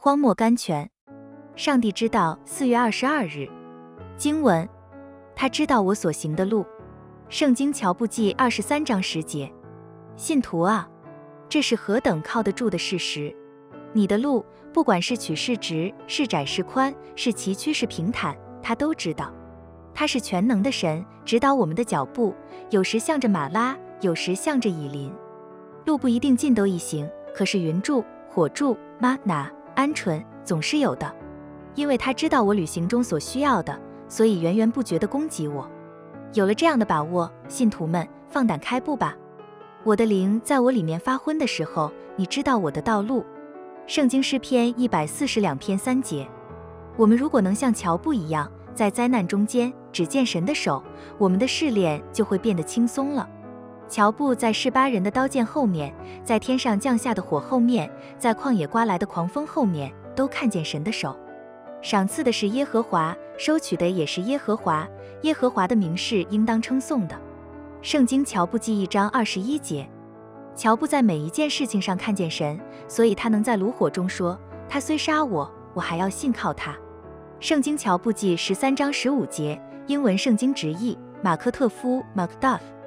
荒漠甘泉。上帝知道4月22日。经文，他知道我所行的路。圣经乔布记23章10节。信徒啊，这是何等靠得住的事实！你的路，不管是曲是直，是窄是宽，是崎岖是平坦，他都知道。他是全能的神，指导我们的脚步，有时向着马拉，有时向着以琳。路不一定尽都一行，可是云柱、火柱、玛拿、鹌鹑总是有的。因为他知道我旅行中所需要的，所以源源不绝地供给我。有了这样的把握，信徒们，放胆开步吧。我的灵在我里面发昏的时候，你知道我的道路。圣经诗篇142篇3节。我们如果能像乔布一样，在灾难中间只见神的手，我们的试炼就会变得轻松了。乔布在示巴人的刀剑后面，在天上降下的火后面，在旷野刮来的狂风后面，都看见神的手。赏赐的是耶和华，收取的也是耶和华，耶和华的名是应当称颂的。圣经乔布记1章21节。乔布在每一件事情上看见神，所以他能在炉火中说，他虽杀我，我还要信靠他。圣经乔布记13章15节，英文圣经直译，马克特夫 Macduff